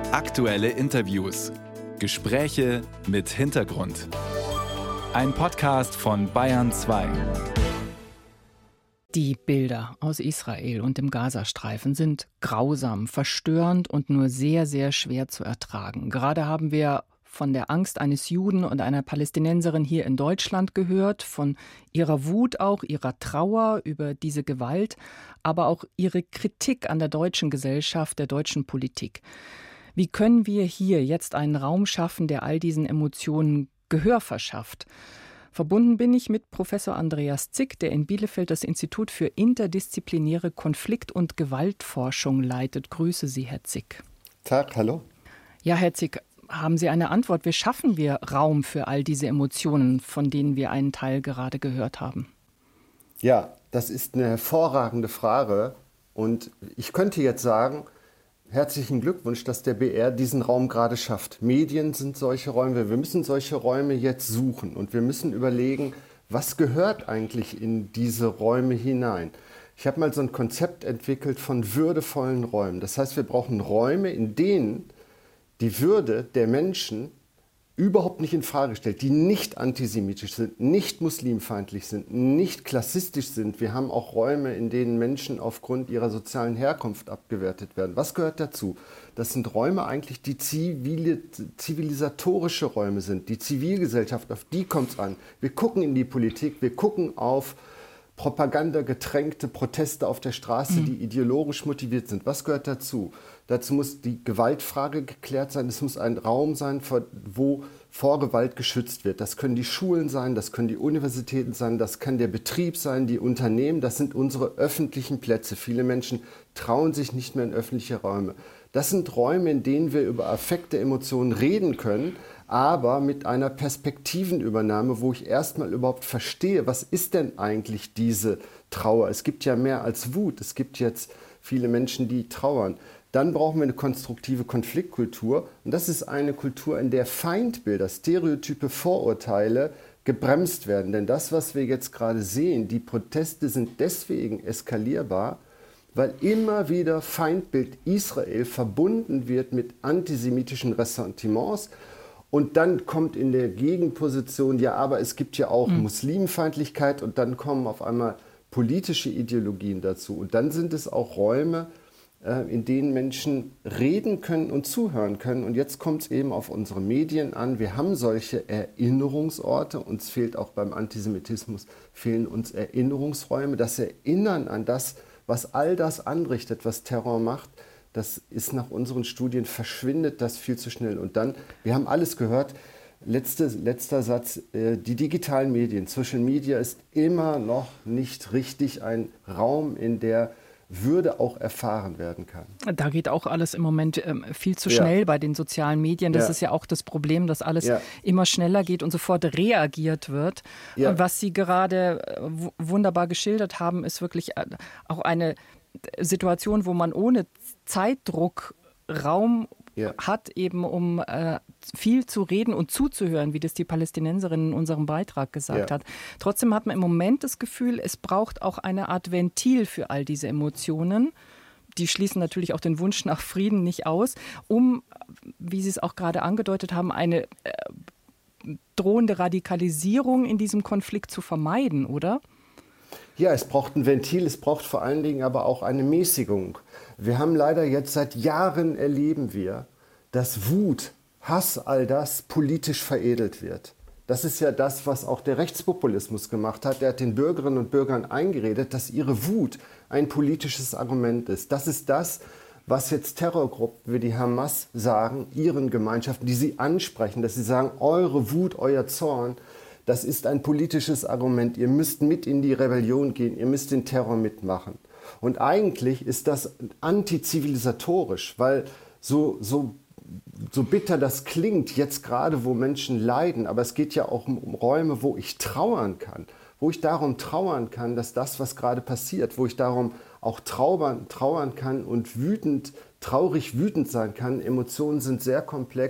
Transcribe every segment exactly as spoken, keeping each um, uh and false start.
Aktuelle Interviews. Gespräche mit Hintergrund. Ein Podcast von Bayern zwei. Die Bilder aus Israel und dem Gazastreifen sind grausam, verstörend und nur sehr, sehr schwer zu ertragen. Gerade haben wir von der Angst eines Juden und einer Palästinenserin hier in Deutschland gehört, von ihrer Wut auch, ihrer Trauer über diese Gewalt, aber auch ihre Kritik an der deutschen Gesellschaft, der deutschen Politik. Wie können wir hier jetzt einen Raum schaffen, der all diesen Emotionen Gehör verschafft? Verbunden bin ich mit Professor Andreas Zick, der in Bielefeld das Institut für interdisziplinäre Konflikt- und Gewaltforschung leitet. Grüße Sie, Herr Zick. Tag, hallo. Ja, Herr Zick, haben Sie eine Antwort? Wie schaffen wir Raum für all diese Emotionen, von denen wir einen Teil gerade gehört haben? Ja, das ist eine hervorragende Frage. Und ich könnte jetzt sagen, herzlichen Glückwunsch, dass der B R diesen Raum gerade schafft. Medien sind solche Räume. Wir müssen solche Räume jetzt suchen. Und wir müssen überlegen, was gehört eigentlich in diese Räume hinein? Ich habe mal so ein Konzept entwickelt von würdevollen Räumen. Das heißt, wir brauchen Räume, in denen die Würde der Menschen überhaupt nicht in Frage stellt, die nicht antisemitisch sind, nicht muslimfeindlich sind, nicht klassistisch sind. Wir haben auch Räume, in denen Menschen aufgrund ihrer sozialen Herkunft abgewertet werden. Was gehört dazu? Das sind Räume eigentlich, die zivile, zivilisatorische Räume sind, die Zivilgesellschaft, auf die kommt es an. Wir gucken in die Politik, wir gucken auf propagandagetränkte Proteste auf der Straße, die ideologisch motiviert sind. Was gehört dazu? Dazu muss die Gewaltfrage geklärt sein. Es muss ein Raum sein, wo vor Gewalt geschützt wird. Das können die Schulen sein, das können die Universitäten sein, das kann der Betrieb sein, die Unternehmen. Das sind unsere öffentlichen Plätze. Viele Menschen trauen sich nicht mehr in öffentliche Räume. Das sind Räume, in denen wir über Affekte, Emotionen reden können, aber mit einer Perspektivenübernahme, wo ich erstmal überhaupt verstehe, was ist denn eigentlich diese Trauer? Es gibt ja mehr als Wut, es gibt jetzt viele Menschen, die trauern. Dann brauchen wir eine konstruktive Konfliktkultur und das ist eine Kultur, in der Feindbilder, Stereotype, Vorurteile gebremst werden. Denn das, was wir jetzt gerade sehen, die Proteste sind deswegen eskalierbar, weil immer wieder Feindbild Israel verbunden wird mit antisemitischen Ressentiments. Und dann kommt in der Gegenposition, ja, aber es gibt ja auch mhm. Muslimfeindlichkeit und dann kommen auf einmal politische Ideologien dazu. Und dann sind es auch Räume, äh, in denen Menschen reden können und zuhören können. Und jetzt kommt es eben auf unsere Medien an. Wir haben solche Erinnerungsorte. Uns fehlt auch beim Antisemitismus, fehlen uns Erinnerungsräume. Das Erinnern an das, was all das anrichtet, was Terror macht, das ist nach unseren Studien, verschwindet das viel zu schnell. Und dann, wir haben alles gehört, Letzte, letzter Satz, äh, die digitalen Medien, Social Media ist immer noch nicht richtig ein Raum, in der Würde auch erfahren werden kann. Da geht auch alles im Moment ähm, viel zu schnell ja. bei den sozialen Medien. Das ja. ist ja auch das Problem, dass alles ja. immer schneller geht und sofort reagiert wird. Ja. Und was Sie gerade äh, w- wunderbar geschildert haben, ist wirklich äh, auch eine Situation, wo man ohne Zeitdruck Raum ja. hat, eben um äh, viel zu reden und zuzuhören, wie das die Palästinenserin in unserem Beitrag gesagt ja. hat. Trotzdem hat man im Moment das Gefühl, es braucht auch eine Art Ventil für all diese Emotionen. Die schließen natürlich auch den Wunsch nach Frieden nicht aus, um, wie Sie es auch gerade angedeutet haben, eine äh, drohende Radikalisierung in diesem Konflikt zu vermeiden, oder? Ja, es braucht ein Ventil, es braucht vor allen Dingen aber auch eine Mäßigung. Wir haben leider jetzt seit Jahren erleben wir, dass Wut, Hass, all das politisch veredelt wird. Das ist ja das, was auch der Rechtspopulismus gemacht hat. Der hat den Bürgerinnen und Bürgern eingeredet, dass ihre Wut ein politisches Argument ist. Das ist das, was jetzt Terrorgruppen wie die Hamas sagen, ihren Gemeinschaften, die sie ansprechen, dass sie sagen, eure Wut, euer Zorn, das ist ein politisches Argument. Ihr müsst mit in die Rebellion gehen, ihr müsst den Terror mitmachen. Und eigentlich ist das antizivilisatorisch, weil so, so, so bitter das klingt, jetzt gerade, wo Menschen leiden, aber es geht ja auch um, um Räume, wo ich trauern kann, wo ich darum trauern kann, dass das, was gerade passiert, wo ich darum auch trauern, trauern kann und wütend, traurig wütend sein kann. Emotionen sind sehr komplex.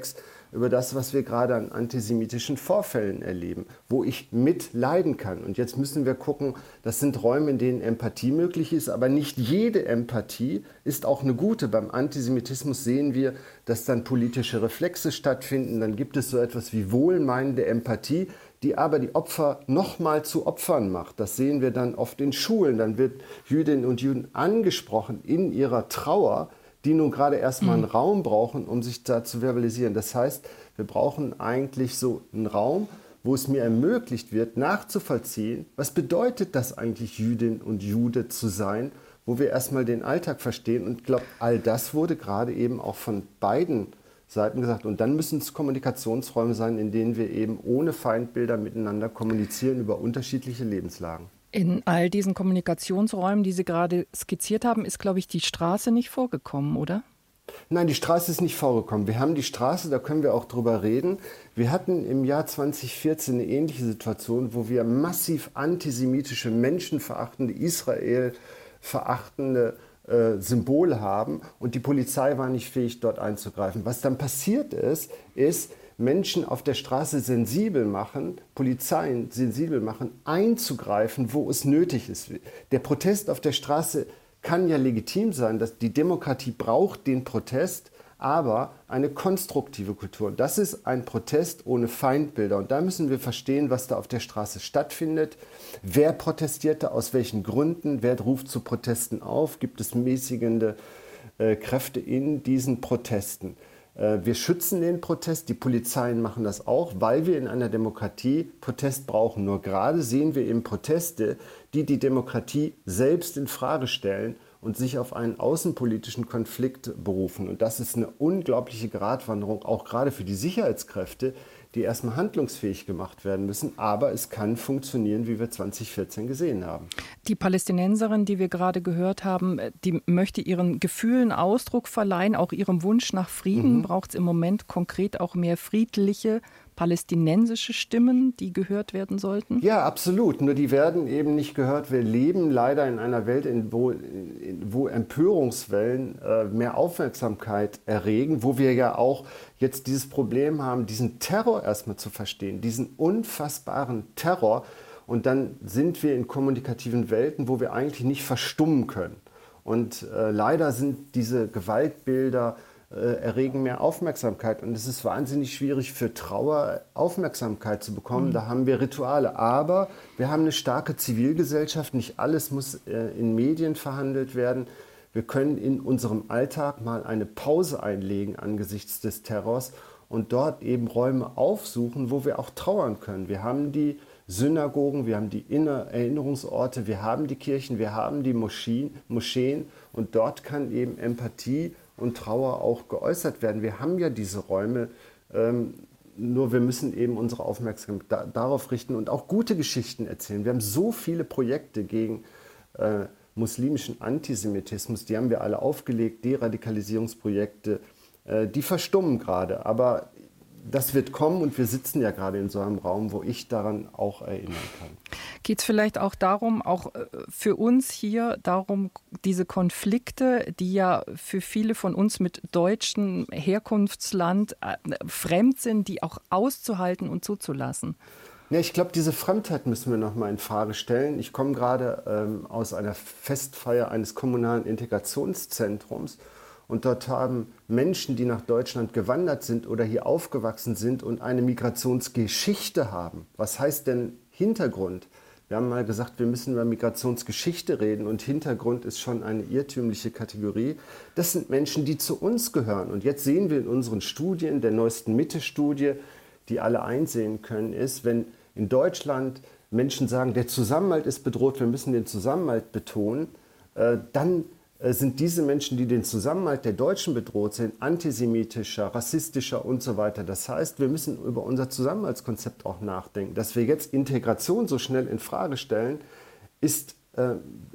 über das, was wir gerade an antisemitischen Vorfällen erleben, wo ich mitleiden kann. Und jetzt müssen wir gucken, das sind Räume, in denen Empathie möglich ist, aber nicht jede Empathie ist auch eine gute. Beim Antisemitismus sehen wir, dass dann politische Reflexe stattfinden, dann gibt es so etwas wie wohlmeinende Empathie, die aber die Opfer nochmal zu Opfern macht. Das sehen wir dann oft in Schulen. Dann wird Jüdinnen und Juden angesprochen in ihrer Trauer, die nun gerade erstmal einen Raum brauchen, um sich da zu verbalisieren. Das heißt, wir brauchen eigentlich so einen Raum, wo es mir ermöglicht wird, nachzuvollziehen, was bedeutet das eigentlich, Jüdin und Jude zu sein, wo wir erstmal den Alltag verstehen. Und ich glaube, all das wurde gerade eben auch von beiden Seiten gesagt. Und dann müssen es Kommunikationsräume sein, in denen wir eben ohne Feindbilder miteinander kommunizieren über unterschiedliche Lebenslagen. In all diesen Kommunikationsräumen, die Sie gerade skizziert haben, ist, glaube ich, die Straße nicht vorgekommen, oder? Nein, die Straße ist nicht vorgekommen. Wir haben die Straße, da können wir auch drüber reden. Wir hatten im Jahr zweitausendvierzehn eine ähnliche Situation, wo wir massiv antisemitische, menschenverachtende, Israel verachtende äh, Symbole haben und die Polizei war nicht fähig, dort einzugreifen. Was dann passiert ist, ist, Menschen auf der Straße sensibel machen, Polizeien sensibel machen, einzugreifen, wo es nötig ist. Der Protest auf der Straße kann ja legitim sein, dass die Demokratie braucht den Protest, aber eine konstruktive Kultur. Das ist ein Protest ohne Feindbilder. Und da müssen wir verstehen, was da auf der Straße stattfindet. Wer protestierte, aus welchen Gründen, wer ruft zu Protesten auf, gibt es mäßigende äh, Kräfte in diesen Protesten. Wir schützen den Protest, die Polizeien machen das auch, weil wir in einer Demokratie Protest brauchen. Nur gerade sehen wir eben Proteste, die die Demokratie selbst in Frage stellen und sich auf einen außenpolitischen Konflikt berufen. Und das ist eine unglaubliche Gratwanderung, auch gerade für die Sicherheitskräfte, die erstmal handlungsfähig gemacht werden müssen. Aber es kann funktionieren, wie wir zweitausendvierzehn gesehen haben. Die Palästinenserin, die wir gerade gehört haben, die möchte ihren Gefühlen Ausdruck verleihen, auch ihrem Wunsch nach Frieden. Mhm. Braucht es im Moment konkret auch mehr friedliche palästinensische Stimmen, die gehört werden sollten? Ja, absolut. Nur die werden eben nicht gehört. Wir leben leider in einer Welt, in wo, in, wo Empörungswellen äh, mehr Aufmerksamkeit erregen, wo wir ja auch jetzt dieses Problem haben, diesen Terror erstmal zu verstehen, diesen unfassbaren Terror. Und dann sind wir in kommunikativen Welten, wo wir eigentlich nicht verstummen können. Und äh, leider sind diese Gewaltbilder Äh, erregen mehr Aufmerksamkeit. Und es ist wahnsinnig schwierig für Trauer Aufmerksamkeit zu bekommen. Mhm. Da haben wir Rituale. Aber wir haben eine starke Zivilgesellschaft. Nicht alles muss äh, in Medien verhandelt werden. Wir können in unserem Alltag mal eine Pause einlegen angesichts des Terrors und dort eben Räume aufsuchen, wo wir auch trauern können. Wir haben die Synagogen, wir haben die Erinnerungsorte, wir haben die Kirchen, wir haben die Moscheen, Moscheen und dort kann eben Empathie und Trauer auch geäußert werden. Wir haben ja diese Räume, ähm, nur wir müssen eben unsere Aufmerksamkeit da, darauf richten und auch gute Geschichten erzählen. Wir haben so viele Projekte gegen äh, muslimischen Antisemitismus, die haben wir alle aufgelegt, Deradikalisierungsprojekte, äh, die verstummen gerade, aber das wird kommen und wir sitzen ja gerade in so einem Raum, wo ich daran auch erinnern kann. Geht es vielleicht auch darum, auch für uns hier, darum, diese Konflikte, die ja für viele von uns mit deutschem Herkunftsland fremd sind, die auch auszuhalten und zuzulassen? Ja, ich glaube, diese Fremdheit müssen wir noch mal in Frage stellen. Ich komme gerade ähm, aus einer Festfeier eines kommunalen Integrationszentrums. Und dort haben Menschen, die nach Deutschland gewandert sind oder hier aufgewachsen sind und eine Migrationsgeschichte haben. Was heißt denn Hintergrund? Wir haben mal gesagt, wir müssen über Migrationsgeschichte reden und Hintergrund ist schon eine irrtümliche Kategorie. Das sind Menschen, die zu uns gehören. Und jetzt sehen wir in unseren Studien, der neuesten Mitte-Studie, die alle einsehen können, ist, wenn in Deutschland Menschen sagen, der Zusammenhalt ist bedroht, wir müssen den Zusammenhalt betonen, äh, dann sind diese Menschen, die den Zusammenhalt der Deutschen bedroht sind, antisemitischer, rassistischer und so weiter. Das heißt, wir müssen über unser Zusammenhaltskonzept auch nachdenken. Dass wir jetzt Integration so schnell in Frage stellen, ist, äh,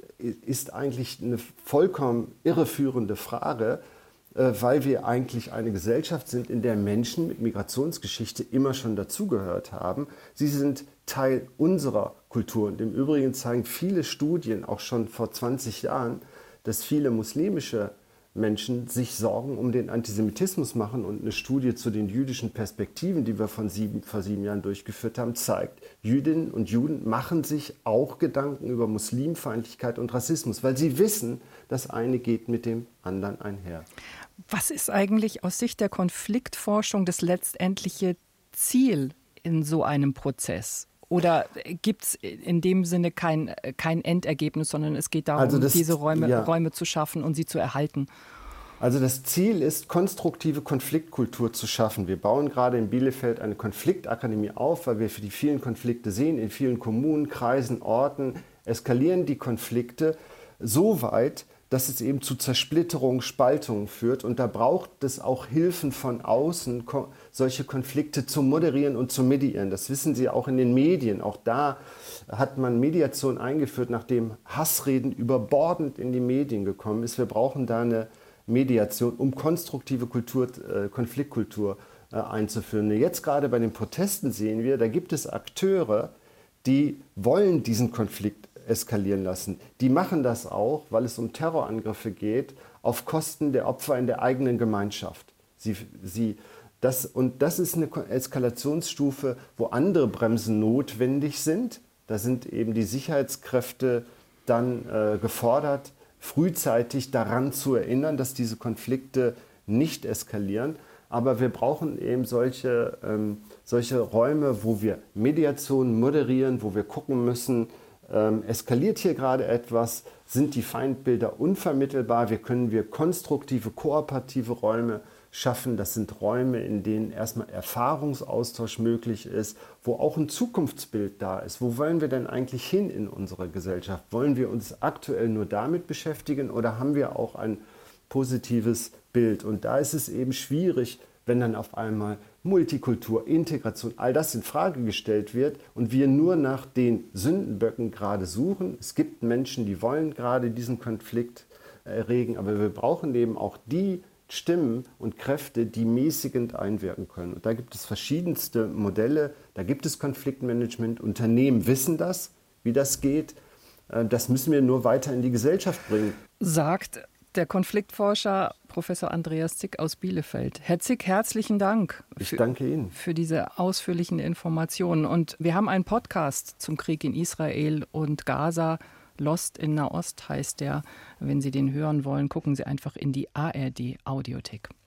ist eigentlich eine vollkommen irreführende Frage, äh, weil wir eigentlich eine Gesellschaft sind, in der Menschen mit Migrationsgeschichte immer schon dazugehört haben. Sie sind Teil unserer Kultur. Und im Übrigen zeigen viele Studien, auch schon vor zwanzig Jahren, dass viele muslimische Menschen sich Sorgen um den Antisemitismus machen. Und eine Studie zu den jüdischen Perspektiven, die wir von sieben, vor sieben Jahren durchgeführt haben, zeigt, Jüdinnen und Juden machen sich auch Gedanken über Muslimfeindlichkeit und Rassismus, weil sie wissen, das eine geht mit dem anderen einher. Was ist eigentlich aus Sicht der Konfliktforschung das letztendliche Ziel in so einem Prozess? Oder gibt es in dem Sinne kein, kein Endergebnis, sondern es geht darum, also das, diese Räume, ja. Räume zu schaffen und sie zu erhalten? Also das Ziel ist, konstruktive Konfliktkultur zu schaffen. Wir bauen gerade in Bielefeld eine Konfliktakademie auf, weil wir für die vielen Konflikte sehen, in vielen Kommunen, Kreisen, Orten eskalieren die Konflikte so weit, dass es eben zu Zersplitterung, Spaltung führt. Und da braucht es auch Hilfen von außen, ko- solche Konflikte zu moderieren und zu mediieren. Das wissen Sie auch in den Medien. Auch da hat man Mediation eingeführt, nachdem Hassreden überbordend in die Medien gekommen ist. Wir brauchen da eine Mediation, um konstruktive Kultur, äh, Konfliktkultur äh, einzuführen. Jetzt gerade bei den Protesten sehen wir, da gibt es Akteure, die wollen diesen Konflikt eskalieren lassen. Die machen das auch, weil es um Terrorangriffe geht, auf Kosten der Opfer in der eigenen Gemeinschaft. Sie, sie, das, und das ist eine Eskalationsstufe, wo andere Bremsen notwendig sind. Da sind eben die Sicherheitskräfte dann äh, gefordert, frühzeitig daran zu erinnern, dass diese Konflikte nicht eskalieren. Aber wir brauchen eben solche, ähm, solche Räume, wo wir Mediation moderieren, wo wir gucken müssen, Ähm, eskaliert hier gerade etwas? Sind die Feindbilder unvermittelbar? Wie können wir konstruktive, kooperative Räume schaffen? Das sind Räume, in denen erstmal Erfahrungsaustausch möglich ist, wo auch ein Zukunftsbild da ist. Wo wollen wir denn eigentlich hin in unserer Gesellschaft? Wollen wir uns aktuell nur damit beschäftigen oder haben wir auch ein positives Bild? Und da ist es eben schwierig, wenn dann auf einmal Multikultur, Integration, all das in Frage gestellt wird und wir nur nach den Sündenböcken gerade suchen. Es gibt Menschen, die wollen gerade diesen Konflikt erregen, aber wir brauchen eben auch die Stimmen und Kräfte, die mäßigend einwirken können. Und da gibt es verschiedenste Modelle, da gibt es Konfliktmanagement, Unternehmen wissen das, wie das geht. Das müssen wir nur weiter in die Gesellschaft bringen. Sagt der Konfliktforscher Professor Andreas Zick aus Bielefeld. Herr Zick, herzlichen Dank. Ich danke Ihnen. Für diese ausführlichen Informationen. Und wir haben einen Podcast zum Krieg in Israel und Gaza. Lost in Nahost heißt der. Wenn Sie den hören wollen, gucken Sie einfach in die A R D Audiothek.